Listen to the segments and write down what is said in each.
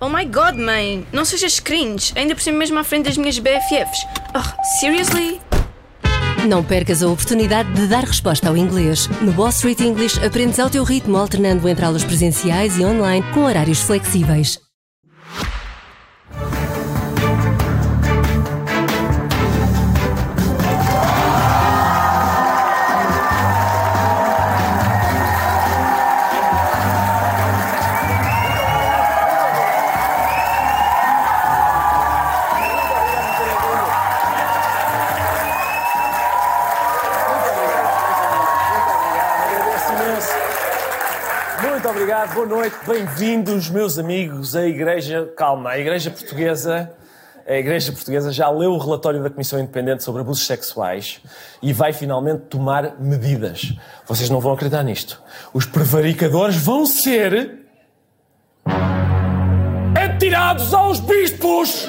Oh my god, mãe! Não sejas cringe, ainda por cima mesmo à frente das minhas BFFs. Oh, seriously? Não percas a oportunidade de dar resposta ao inglês. No Boss Street English aprendes ao teu ritmo, alternando entre aulas presenciais e online com horários flexíveis. Muito obrigado, boa noite, bem-vindos, meus amigos, à Igreja... Calma, a Igreja Portuguesa já leu o relatório da Comissão Independente sobre abusos sexuais e vai finalmente tomar medidas. Vocês não vão acreditar nisto. Os prevaricadores vão ser... atirados aos bispos!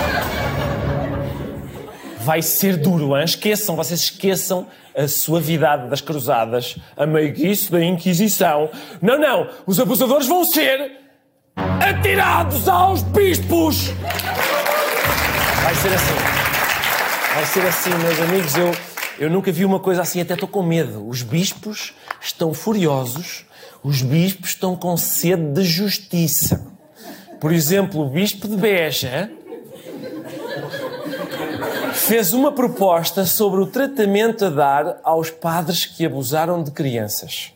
Vai ser duro, hein? Vocês esqueçam a suavidade das cruzadas, a meiguice da Inquisição. Não, os abusadores vão ser atirados aos bispos! Vai ser assim, meus amigos. Eu nunca vi uma coisa assim, até estou com medo. Os bispos estão furiosos, os bispos estão com sede de justiça. Por exemplo, o bispo de Beja fez uma proposta sobre o tratamento a dar aos padres que abusaram de crianças.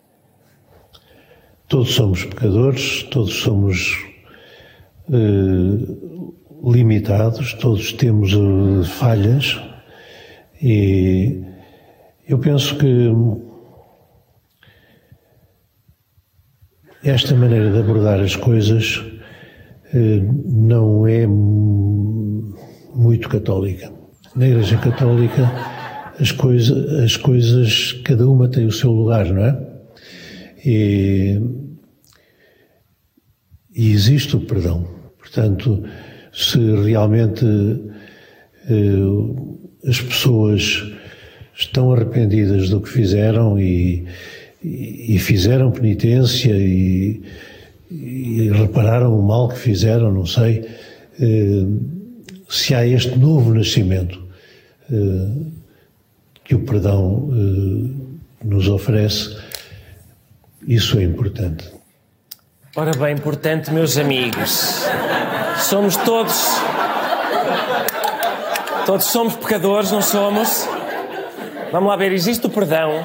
Todos somos pecadores, todos somos limitados, todos temos falhas e eu penso que esta maneira de abordar as coisas não é muito católica. Na Igreja Católica as coisas, cada uma tem o seu lugar, não é? E existe o perdão. Portanto, se realmente as pessoas estão arrependidas do que fizeram e fizeram penitência e repararam o mal que fizeram, não sei, se há este novo nascimento que o perdão nos oferece, isso é importante. Ora bem, importante, meus amigos, somos todos somos pecadores, não somos? Vamos lá ver, existe o perdão,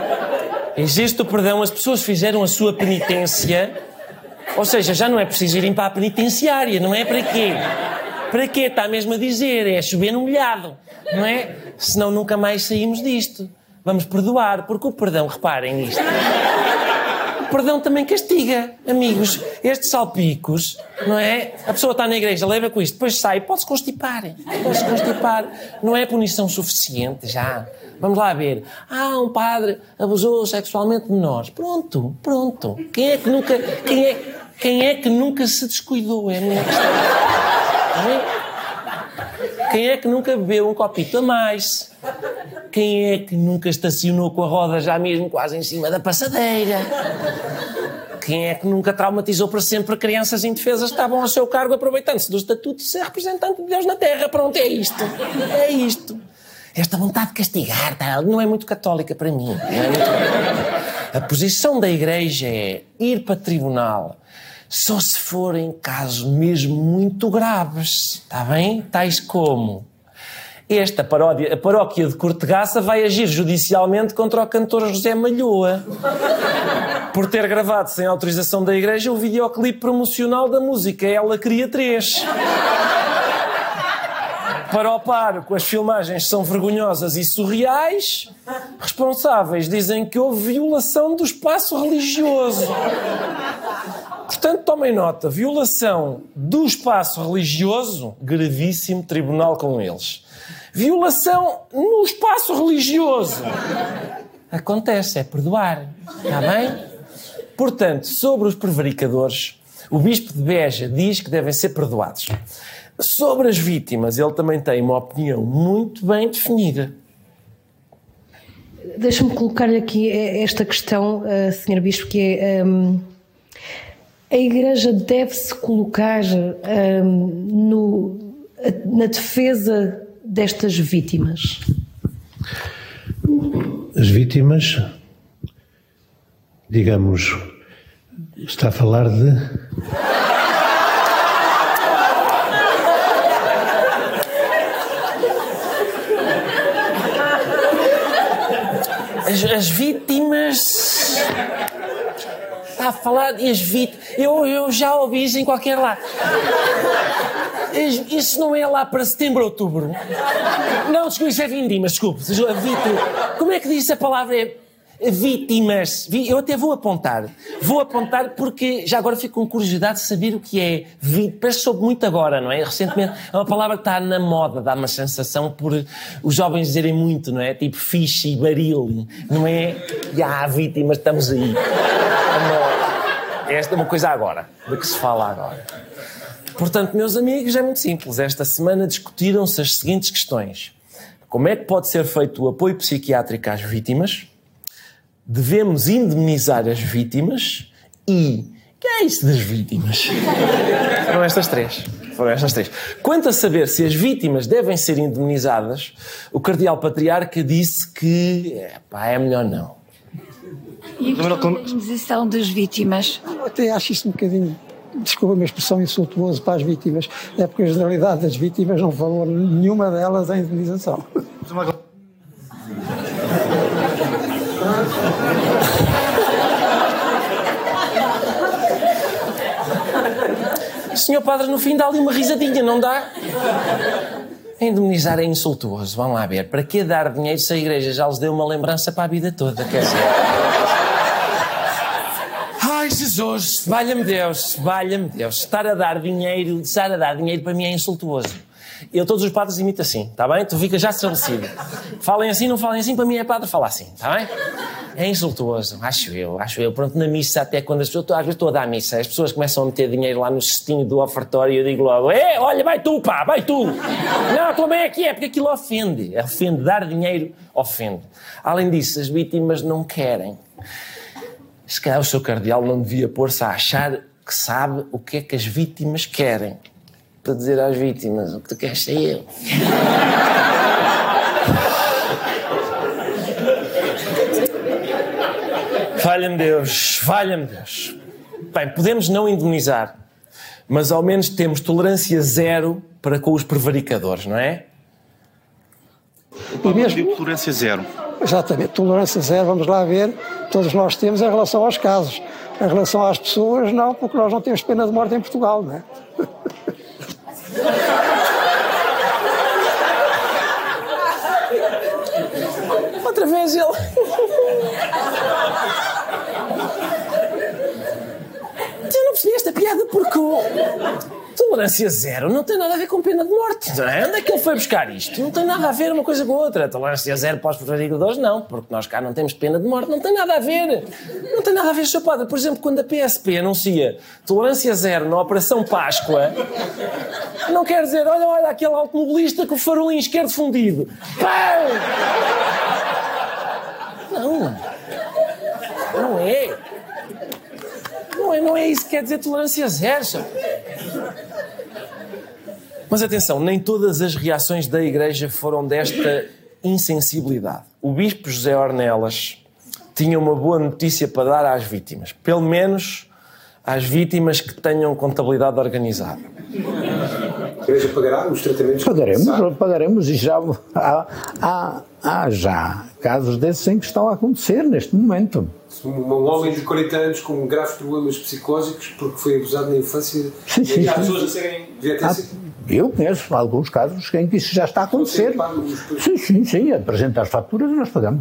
as pessoas fizeram a sua penitência, ou seja, já não é preciso irem para a penitenciária, não é? Para quê? Para quê? Está mesmo a dizer, é chover no molhado, não é? Senão nunca mais saímos disto. Vamos perdoar, porque o perdão, reparem nisto, o perdão também castiga, amigos. Estes salpicos, não é? A pessoa está na igreja, leva com isto, depois sai, pode-se constipar. Não é punição suficiente já. Vamos lá ver. Um padre abusou sexualmente de menores. Pronto. Quem é que nunca se descuidou? É a minha questão. Quem é que nunca bebeu um copito a mais? Quem é que nunca estacionou com a roda já mesmo quase em cima da passadeira? Quem é que nunca traumatizou para sempre crianças indefesas que estavam ao seu cargo aproveitando-se do estatuto de ser representante de Deus na Terra? Pronto, é isto. Esta vontade de castigar não é muito católica para mim. A posição da Igreja é ir para tribunal só se forem casos mesmo muito graves, está bem? Tais como... a paróquia de Cortegaça vai agir judicialmente contra o cantor José Malhoa por ter gravado sem autorização da Igreja o videoclipe promocional da música Ela Queria 3. Para o par com as filmagens que são vergonhosas e surreais, responsáveis dizem que houve violação do espaço religioso. Portanto, tomem nota, violação do espaço religioso, gravíssimo, tribunal com eles. Violação no espaço religioso. Acontece, é perdoar, está bem? Portanto, sobre os prevaricadores, o bispo de Beja diz que devem ser perdoados. Sobre as vítimas, ele também tem uma opinião muito bem definida. Deixa-me colocar-lhe aqui esta questão, Sr. Bispo, que é... A Igreja deve-se colocar na defesa destas vítimas? As vítimas, digamos, está a falar de... As vítimas... Está a falar de as vítimas... Eu já ouvi isso em qualquer lado. Isso não é lá para setembro, outubro? Não, desculpe, isso é vindimas, desculpe. A vítima... Como é que diz a palavra? Vítimas. Eu até vou apontar. Vou apontar porque já agora fico com curiosidade de saber o que é vítima. Parece que soube muito agora, não é? Recentemente é uma palavra que está na moda, dá uma sensação por os jovens dizerem muito, não é? Tipo fiche e baril, não é? Vítimas, estamos aí. Esta é uma coisa agora, de que se fala agora. Portanto, meus amigos, é muito simples. Esta semana discutiram-se as seguintes questões. Como é que pode ser feito o apoio psiquiátrico às vítimas? Devemos indemnizar as vítimas? E que é isso das vítimas? Foram estas três. Quanto a saber se as vítimas devem ser indemnizadas, o cardeal patriarca disse que é melhor não. E a indemnização das vítimas? Eu até acho isso um bocadinho, desculpa a minha expressão, insultuoso para as vítimas. É porque a generalidade das vítimas não falou nenhuma delas em indemnização. Senhor Padre, no fim dá ali uma risadinha, não dá? Indemnizar é insultuoso, vamos lá ver. Para que dar dinheiro se a Igreja já lhes deu uma lembrança para a vida toda, quer dizer... Ai, Jesus, valha-me Deus. Estar a dar dinheiro para mim é insultuoso. Todos os padres imitam assim, está bem? Tu fica já estabelecido. Falem assim, não falem assim, para mim é padre falar assim, está bem? É insultuoso, acho eu. Pronto, na missa, até quando as pessoas... Às vezes estou a dar missa, as pessoas começam a meter dinheiro lá no cestinho do ofertório e eu digo logo, olha, vai tu, pá, vai tu. Não, também aqui é, porque aquilo ofende. Dar dinheiro ofende. Além disso, as vítimas não querem. Se calhar o seu cardeal não devia pôr-se a achar que sabe o que é que as vítimas querem. Para dizer às vítimas, o que tu queres sei eu. Valha-me Deus. Bem, podemos não indemnizar, mas ao menos temos tolerância zero para com os prevaricadores, não é? E mesmo tolerância zero. Exatamente, tolerância zero, vamos lá ver, todos nós temos em relação aos casos. Em relação às pessoas, não, porque nós não temos pena de morte em Portugal, não é? Outra vez ele... Eu não percebi esta piada porque tolerância zero não tem nada a ver com pena de morte, não é? Onde é que ele foi buscar isto? Não tem nada a ver uma coisa com outra. Tolerância zero para os prevaricadores, não, porque nós cá não temos pena de morte. Não tem nada a ver. Não tem nada a ver, Sr. Padre. Por exemplo, quando a PSP anuncia tolerância zero na Operação Páscoa, não quer dizer, olha aquele automobilista com o farolinho esquerdo fundido. Pão! Não é. Não é isso que quer dizer tolerância zero, senhor. Mas atenção, nem todas as reações da Igreja foram desta insensibilidade. O bispo José Ornelas tinha uma boa notícia para dar às vítimas. Pelo menos às vítimas que tenham contabilidade organizada. A Igreja pagará os tratamentos? Pagaremos e já há já casos desses em que estão a acontecer neste momento. Um homem de 40 anos com graves problemas psicológicos porque foi abusado na infância. Sim. Há pessoas a serem... Eu conheço alguns casos em que isso já está a acontecer. Sim. Apresenta as faturas e nós pagamos.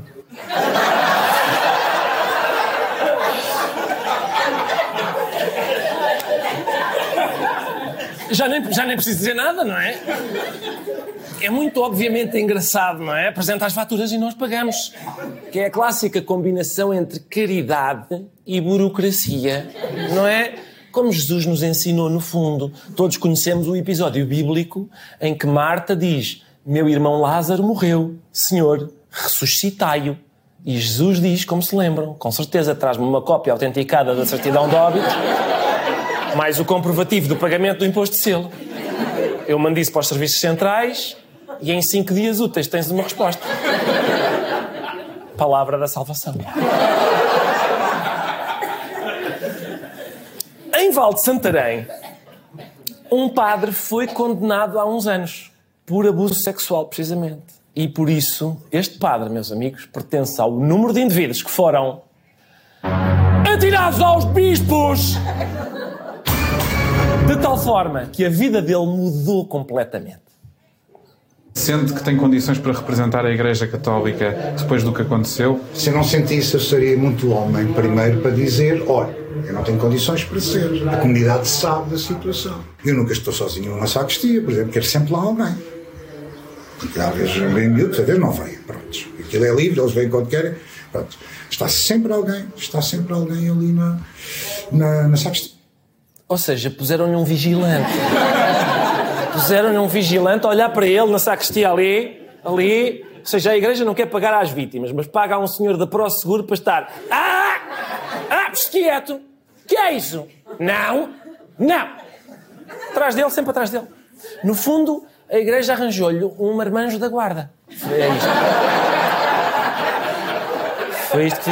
Já nem preciso dizer nada, não é? É muito obviamente engraçado, não é? Apresenta as faturas e nós pagamos. Que é a clássica combinação entre caridade e burocracia, não é? Como Jesus nos ensinou no fundo. Todos conhecemos o episódio bíblico em que Marta diz: meu irmão Lázaro morreu, Senhor, ressuscitai-o. E Jesus diz, como se lembram, com certeza traz-me uma cópia autenticada da certidão de óbito. mais o comprovativo do pagamento do imposto de selo. Eu mando isso para os serviços centrais e em 5 dias úteis tens uma resposta. Palavra da salvação. Em Val de Santarém, um padre foi condenado há uns anos por abuso sexual, precisamente. E por isso, este padre, meus amigos, pertence ao número de indivíduos que foram atirados aos bispos! De tal forma que a vida dele mudou completamente. Sente que tem condições para representar a Igreja Católica depois do que aconteceu? Se eu não sentisse, eu seria muito homem, primeiro, para dizer, olha, eu não tenho condições para ser. A comunidade sabe da situação. Eu nunca estou sozinho numa sacristia, por exemplo, quero sempre lá alguém. Porque às vezes vem miúdos, às vezes não vem. Pronto. Aquilo é livre, eles vêm quando querem. Pronto. Está sempre alguém ali na sacristia. Ou seja, puseram-lhe um vigilante. Puseram-lhe um vigilante a olhar para ele na sacristia ali. Ou seja, a igreja não quer pagar às vítimas, mas paga a um senhor da ProSeguro para estar... quieto. Que é isso? Não. Atrás dele, sempre atrás dele. No fundo, a igreja arranjou-lhe um marmanjo da guarda. Foi isto que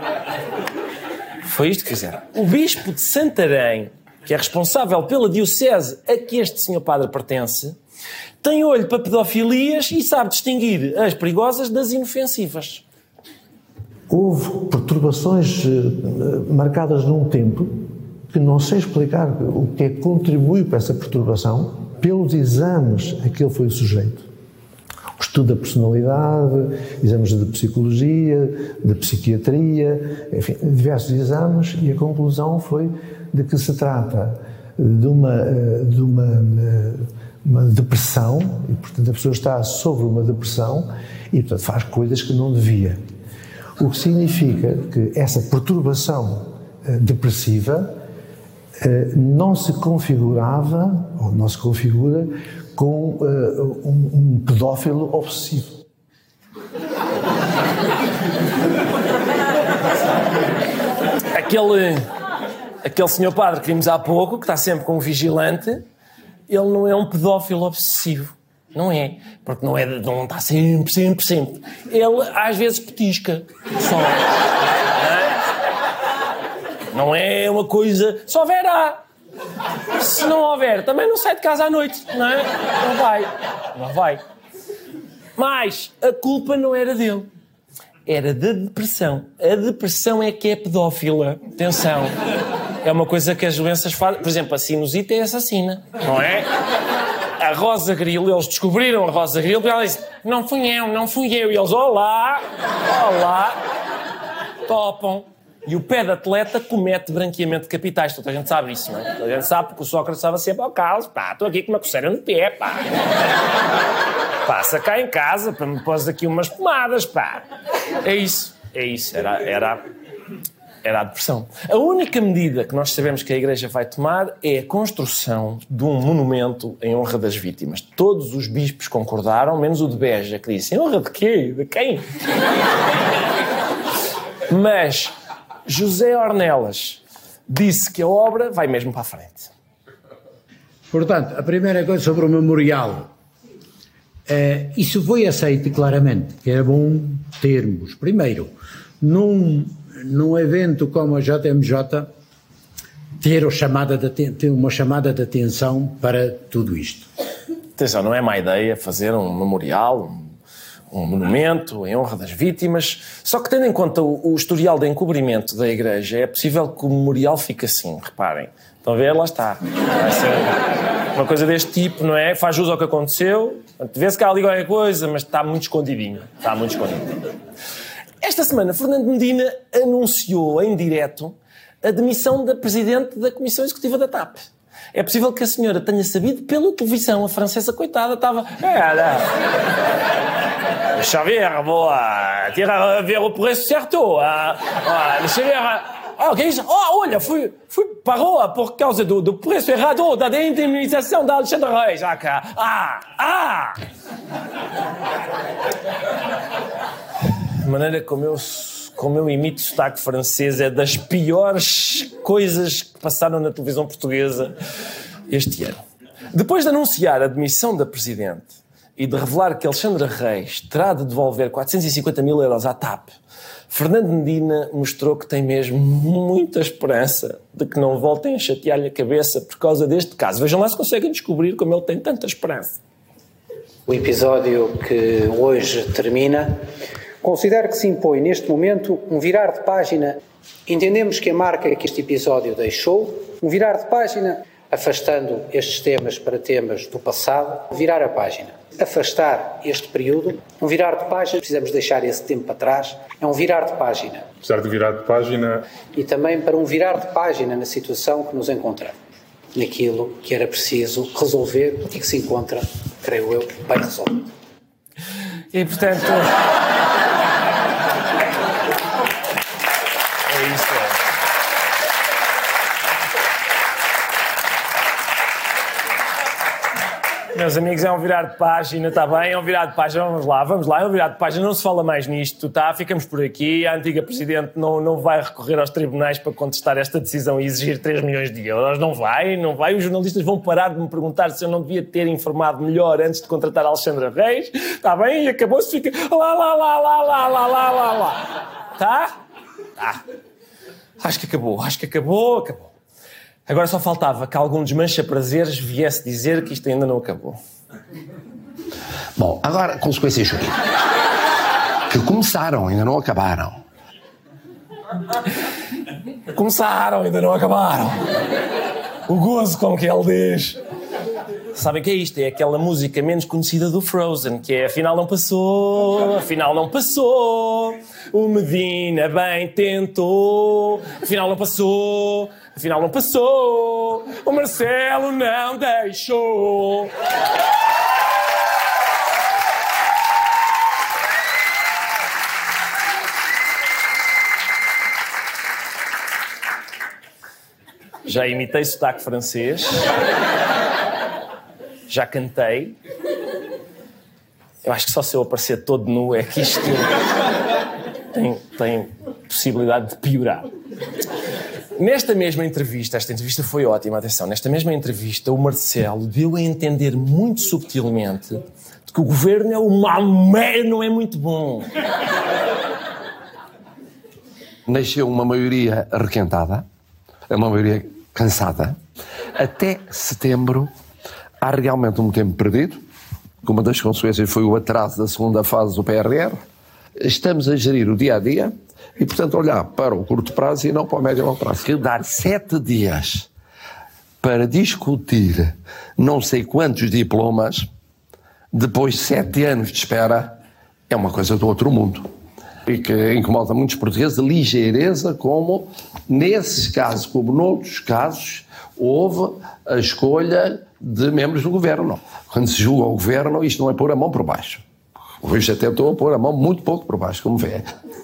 fizeram. O bispo de Santarém, que é responsável pela diocese a que este senhor padre pertence, tem olho para pedofilias e sabe distinguir as perigosas das inofensivas. Houve perturbações marcadas num tempo que não sei explicar o que é que contribuiu para essa perturbação, pelos exames a que ele foi sujeito. O estudo da personalidade, exames de psicologia, de psiquiatria, enfim, diversos exames, e a conclusão foi de que se trata de uma depressão, e portanto a pessoa está sobre uma depressão e portanto faz coisas que não devia. O que significa que essa perturbação depressiva não se configurava, ou não se configura, com um pedófilo obsessivo. Aquele senhor padre que vimos há pouco, que está sempre com um vigilante, ele não é um pedófilo obsessivo. Não é. Porque não está sempre. Ele, às vezes, petisca. Só. Não é uma coisa... Só verá. Se não houver, também não sai de casa à noite. Não é? Não vai. Mas a culpa não era dele. Era da depressão. A depressão é que é pedófila. Atenção. É uma coisa que as doenças fazem. Por exemplo, a sinusite é assassina. Não é? A Rosa Grilo, eles descobriram a Rosa Grilo e ela disse, não fui eu. E eles, olá, topam. E o pé de atleta comete branqueamento de capitais. Toda a gente sabe isso, não é? Toda a gente sabe, porque o Sócrates estava sempre ao Carlos, estou aqui com uma coceira no pé, Passa cá em casa, para me pôr aqui umas pomadas, É isso. Era a depressão. A única medida que nós sabemos que a Igreja vai tomar é a construção de um monumento em honra das vítimas. Todos os bispos concordaram, menos o de Beja, que disse, em honra de quê? De quem? Mas José Ornelas disse que a obra vai mesmo para a frente. Portanto, a primeira coisa sobre o memorial. Isso foi aceito claramente, que era bom termos. Primeiro, num evento como a JMJ, ter uma chamada de atenção para tudo isto. Atenção, não é má ideia fazer um memorial, um monumento em honra das vítimas, só que tendo em conta o historial de encobrimento da Igreja, é possível que o memorial fique assim, reparem. Estão a ver? Lá está. Vai ser uma coisa deste tipo, não é? Faz jus ao que aconteceu, vê-se que há ali qualquer coisa, mas está muito escondidinho. Esta semana, Fernando Medina anunciou em direto a demissão da Presidente da Comissão Executiva da TAP. É possível que a senhora tenha sabido pela televisão. A francesa, coitada, estava... Deixa ver, boa. Tira a ver o preço certo. Deixa ver... que é isso? Olha, fui para a rua por causa do preço errado da indemnização da Alexandre Reis. A maneira como eu como eu imito sotaque francês, é das piores coisas que passaram na televisão portuguesa este ano. Depois de anunciar a demissão da Presidente e de revelar que Alexandra Reis terá de devolver 450 mil euros à TAP, Fernando Medina mostrou que tem mesmo muita esperança de que não voltem a chatear-lhe a cabeça por causa deste caso. Vejam lá se conseguem descobrir como ele tem tanta esperança. O episódio que hoje termina, considero que se impõe neste momento um virar de página. Entendemos que a marca que este episódio deixou, um virar de página, afastando estes temas para temas do passado, virar a página. Afastar este período, um virar de página, precisamos deixar esse tempo para trás, é um virar de página. Apesar de virar de página... E também para um virar de página na situação que nos encontramos, naquilo que era preciso resolver e que se encontra, creio eu, bem resolvido. E, portanto... é isso. Meus amigos, é um virar de página, está bem? É um virar de página, vamos lá, é um virar de página, não se fala mais nisto, tá? Ficamos por aqui, a antiga Presidente não vai recorrer aos tribunais para contestar esta decisão e exigir 3 milhões de euros, não vai, os jornalistas vão parar de me perguntar se eu não devia ter informado melhor antes de contratar a Alexandra Reis, está bem? E acabou-se, fica lá, tá? Tá. Acho que acabou. Agora só faltava que algum desmancha-prazeres viesse dizer que isto ainda não acabou. Bom, agora, consequências jurídicas. Que começaram, ainda não acabaram. Começaram, ainda não acabaram. O gozo com que ele diz. Sabem o que é isto? É aquela música menos conhecida do Frozen, que é afinal não passou. O Medina bem tentou, afinal não passou. O Marcelo não deixou. Já imitei sotaque francês. Já cantei. Eu acho que só se eu aparecer todo nu é que isto tem possibilidade de piorar. Nesta mesma entrevista, esta entrevista foi ótima, atenção, nesta mesma entrevista o Marcelo deu a entender muito subtilmente de que o governo é uma merda, não é muito bom. Nasceu uma maioria arrequentada, uma maioria cansada. Até setembro há realmente um tempo perdido, que uma das consequências foi o atraso da segunda fase do PRR. Estamos a gerir o dia-a-dia e, portanto, olhar para o curto prazo e não para o médio e longo prazo. Que dar 7 dias para discutir não sei quantos diplomas, depois de 7 anos de espera, é uma coisa do outro mundo. E que incomoda muitos portugueses, a ligeireza como, nesses casos, como noutros casos, houve a escolha de membros do governo. Quando se julga o governo, isto não é pôr a mão por baixo. Hoje até estou a pôr a mão muito pouco por baixo, como vê.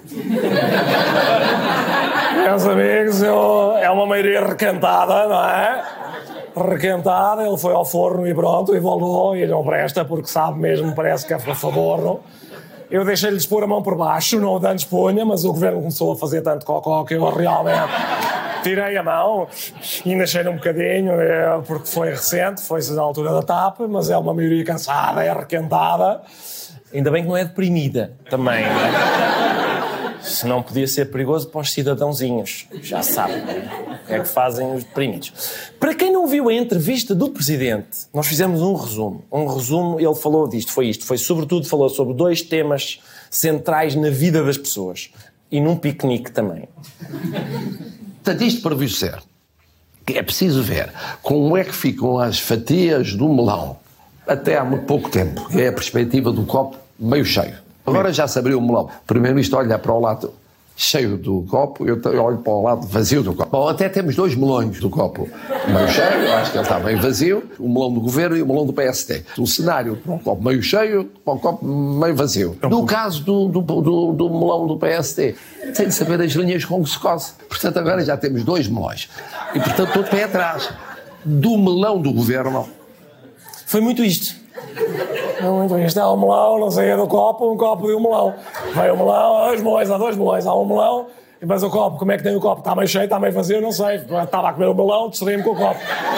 Meus amigos, é uma maioria requentada, não é? Requentada, ele foi ao forno e pronto, e voltou, e não presta, porque sabe mesmo, parece que é a favor, não? Eu deixei-lhes pôr a mão por baixo, não o antes punha, mas o governo começou a fazer tanto cocó que eu realmente tirei a mão e ainda cheiro um bocadinho, porque foi recente, foi-se na altura da TAP, mas é uma maioria cansada, é requentada. Ainda bem que não é deprimida também, não é? Senão podia ser perigoso para os cidadãozinhos. Já sabem o que é que fazem os deprimidos. Para quem não viu a entrevista do Presidente, nós fizemos um resumo. Ele falou disto, foi sobretudo, falou sobre 2 temas centrais na vida das pessoas. E num piquenique também. Portanto, isto para vos dizer que é preciso ver como é que ficam as fatias do melão até há muito pouco tempo, que é a perspectiva do copo meio cheio. Agora já se abriu o melão. Primeiro isto olha para o lado cheio do copo, eu olho para o lado vazio do copo. Bom, até temos 2 melões do copo meio cheio, acho que ele está bem vazio, o melão do governo e o melão do PSD. O cenário para um copo meio cheio, para um copo meio vazio. No caso do melão do PSD, tem de saber as linhas com que se coce. Portanto, agora já temos 2 melões. E, portanto, todo pé atrás. Do melão do governo. Foi muito isto. Isto é um melão, não sei, é do copo, um copo e um melão. Veio o melão, há dois melões, há um melão, e depois o copo, como é que tem o copo? Está meio cheio, está meio vazio, não sei. Estava a comer o melão, distraí-me com o copo.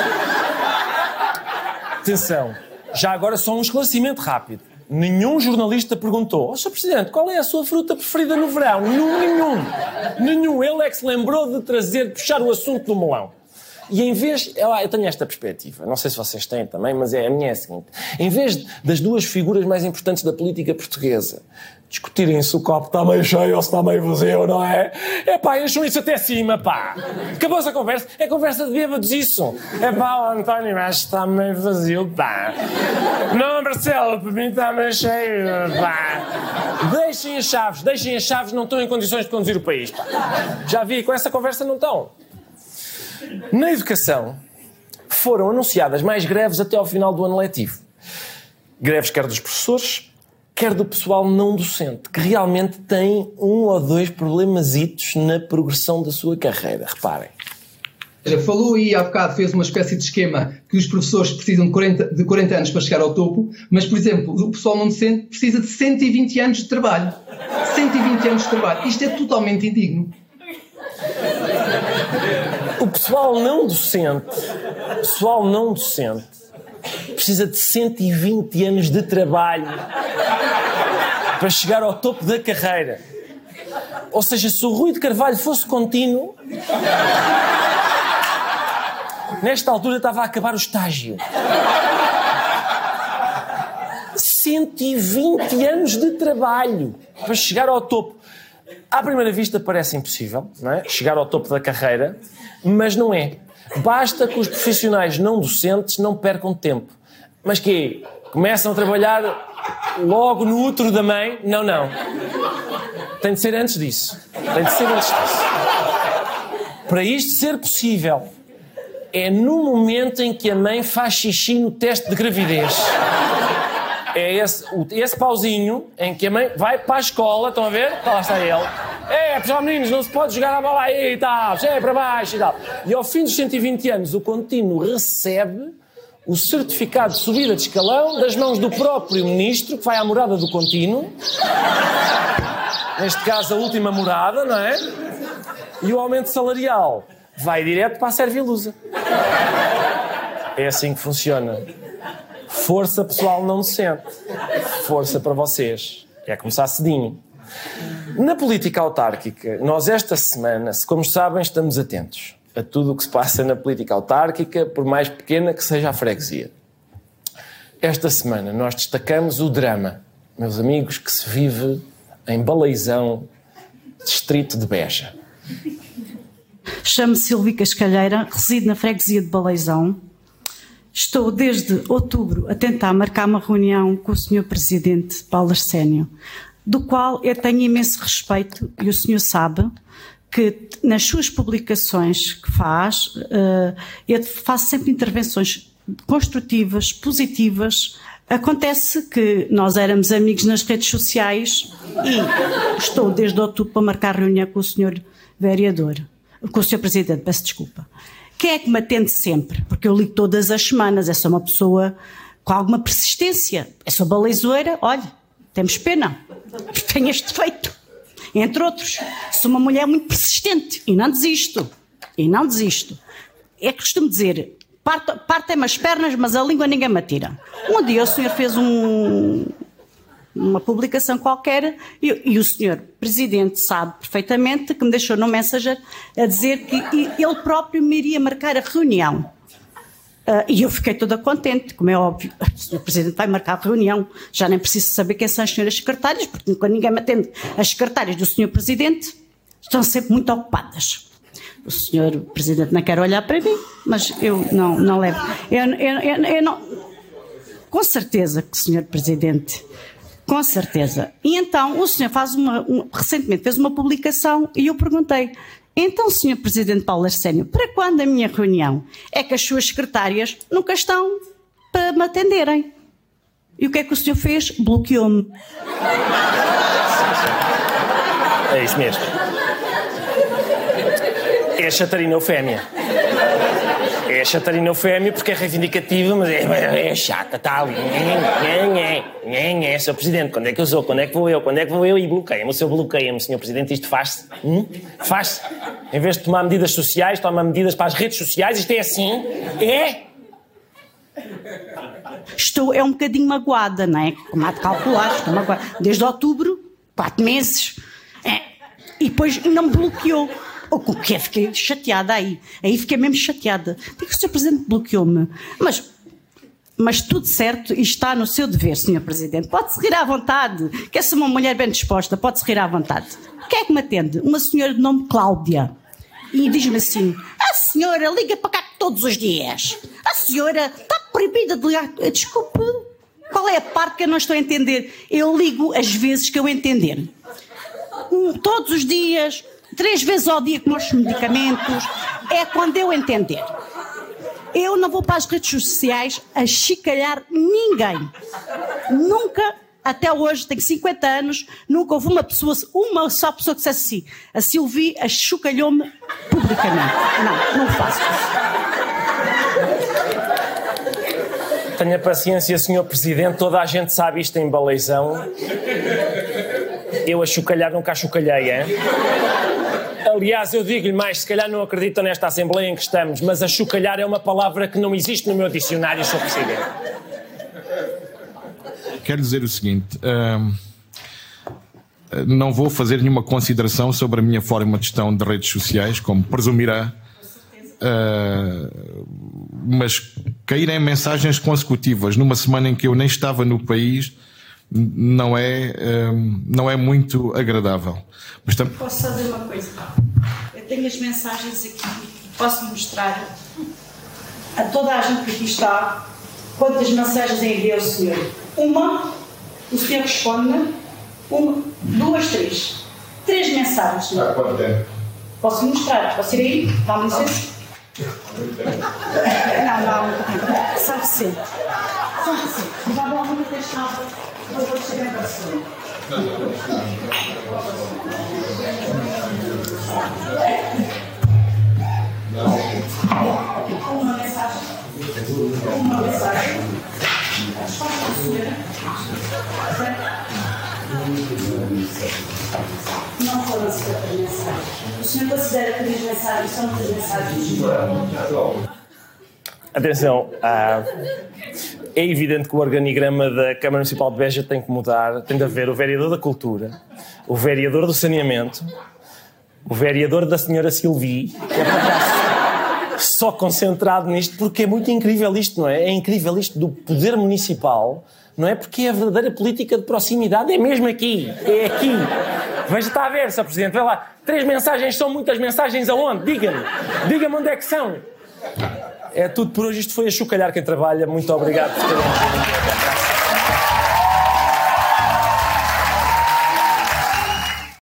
Atenção, já agora só um esclarecimento rápido. Nenhum jornalista perguntou: Sr. Presidente, qual é a sua fruta preferida no verão? Nenhum. Ele é que se lembrou de puxar o assunto do melão. E em vez... Eu tenho esta perspectiva, não sei se vocês têm também, mas a minha é a seguinte. Em vez das duas figuras mais importantes da política portuguesa discutirem se o copo está meio cheio ou se está meio vazio, não é? Encham isso até cima, pá. Acabou-se a conversa. É conversa de bêbados isso. O António, mas está meio vazio, pá. Não, Marcelo, para mim está meio cheio, pá. Deixem as chaves, não estão em condições de conduzir o país, pá. Já vi, com essa conversa não estão. Na educação, foram anunciadas mais greves até ao final do ano letivo. Greves quer dos professores, quer do pessoal não docente, que realmente tem 1 ou 2 problemazitos na progressão da sua carreira. Reparem. Falou aí há bocado, fez uma espécie de esquema que os professores precisam de 40 anos para chegar ao topo, mas, por exemplo, o pessoal não docente precisa de 120 anos de trabalho. 120 anos de trabalho. Isto é totalmente indigno. O pessoal não docente precisa de 120 anos de trabalho para chegar ao topo da carreira. Ou seja, se o Rui de Carvalho fosse contínuo, nesta altura estava a acabar o estágio. 120 anos de trabalho para chegar ao topo. À primeira vista parece impossível, não é? Chegar ao topo da carreira, mas não é. Basta que os profissionais não docentes não percam tempo. Mas quê? Começam a trabalhar logo no útero da mãe? Não. Tem de ser antes disso. Para isto ser possível, é no momento em que a mãe faz xixi no teste de gravidez. É esse pauzinho em que a mãe vai para a escola, estão a ver? Lá está ele. Pessoal, meninos, não se pode jogar a bola aí e tal, para baixo e tal. E ao fim dos 120 anos, o contínuo recebe o certificado de subida de escalão das mãos do próprio ministro, que vai à morada do contínuo. Neste caso, a última morada, não é? E o aumento salarial vai direto para a Servilusa. É assim que funciona. Força, pessoal não docente. Força para vocês. É começar cedinho. Na política autárquica, nós esta semana, como sabem, estamos atentos a tudo o que se passa na política autárquica, por mais pequena que seja a freguesia. Esta semana nós destacamos o drama, meus amigos, que se vive em Baleizão, distrito de Beja. Chamo-me Silvia Cascalheira, resido na freguesia de Baleizão. Estou desde outubro a tentar marcar uma reunião com o Sr. Presidente Paulo Arsénio, do qual eu tenho imenso respeito, e o senhor sabe que nas suas publicações que faz, eu faço sempre intervenções construtivas, positivas. Acontece que nós éramos amigos nas redes sociais e estou desde outubro para marcar reunião com o senhor vereador, com o senhor Presidente, peço desculpa. Quem é que me atende sempre? Porque eu ligo todas as semanas, é só uma pessoa com alguma persistência. É só baleizoeira, olha, temos pena, tenho este defeito. Entre outros, sou uma mulher muito persistente e não desisto. É que costumo dizer, partem-me as pernas, mas a língua ninguém me atira. Um dia o senhor fez uma publicação qualquer e o senhor Presidente sabe perfeitamente que me deixou no Messenger a dizer que ele próprio me iria marcar a reunião. E eu fiquei toda contente, como é óbvio. O senhor Presidente vai marcar a reunião, já nem preciso saber quem são as senhoras secretárias, porque quando ninguém me atende, as secretárias do senhor Presidente estão sempre muito ocupadas. O senhor Presidente não quer olhar para mim, mas eu não levo. Eu não... Com certeza que o senhor Presidente... Com certeza. E então o senhor recentemente fez uma publicação e eu perguntei: então, senhor Presidente Paulo Arsénio, para quando a minha reunião? É que as suas secretárias nunca estão para me atenderem. E o que é que o senhor fez? Bloqueou-me. É isso mesmo. É chatarina eufémia. É chatarina eufémia porque é reivindicativa, mas é chata, está ali. Sr. Presidente, quando é que eu sou? Quando é que vou eu? E bloqueia-me. O senhor bloqueia-me, Sr. Presidente. Isto faz-se? Faz-se? Em vez de tomar medidas sociais, toma medidas para as redes sociais. Isto é assim? É? Estou um bocadinho magoada, não é? Como há de calcular, estou magoada. Desde outubro, 4 meses. E depois ainda me bloqueou. O que fiquei chateada aí. Aí fiquei mesmo chateada. Digo que o Sr. Presidente bloqueou-me. Mas tudo certo e está no seu dever, Sr. Presidente. Pode-se rir à vontade. Quer ser uma mulher bem disposta, pode-se rir à vontade. Quem é que me atende? Uma senhora de nome Cláudia. E diz-me assim: a senhora liga para cá todos os dias. A senhora está proibida de ligar. Desculpe, qual é a parte que eu não estou a entender? Eu ligo as vezes que eu entender. Todos os dias, 3 vezes ao dia com os medicamentos, é quando eu entender. Eu não vou para as redes sociais a chicalhar ninguém. Nunca, até hoje, tenho 50 anos, nunca houve uma só pessoa que dissesse assim: a Silvia achocalhou-me publicamente. Não faço isso. Tenha paciência, Sr. Presidente, toda a gente sabe isto em Baleizão. Eu a chocalhar nunca a chocalhei, é? Aliás, eu digo-lhe mais, se calhar não acreditam nesta Assembleia em que estamos, mas a chocalhar é uma palavra que não existe no meu dicionário, Sr. Presidente. Quero dizer o seguinte, não vou fazer nenhuma consideração sobre a minha forma de gestão de redes sociais, como presumirá, mas cair em mensagens consecutivas numa semana em que eu nem estava no país não é muito agradável. Mas Posso fazer uma coisa? Eu tenho as mensagens aqui, posso mostrar a toda a gente que aqui está quantas mensagens enviei ao senhor. Uma, o senhor responde-me. 1, 2, 3. 3 mensagens, senhor. Quanto tempo? Posso mostrar? Posso ir aí? Dá-me licença? Não. Sabe sempre. Já vou alguma vez estava. Eu vou chegar para a senhora. Uma mensagem. A resposta da senhora. Não foram 50 mensagens. O senhor considera que as mensagens são muitas mensagens? Atenção, é evidente que o organigrama da Câmara Municipal de Beja tem que mudar. Tem de haver o vereador da Cultura, o vereador do Saneamento, o vereador da senhora Silvia, que é para estar só concentrado nisto, porque é muito incrível isto, não é? É incrível isto do poder municipal, não é? Porque é a verdadeira política de proximidade, é mesmo aqui, é aqui. Veja, está a ver, Sr. Presidente, vê lá, 3 mensagens são muitas mensagens aonde? Diga-me onde é que são. É tudo por hoje, isto foi a chocalhar quem trabalha. Muito obrigado por terem vindo.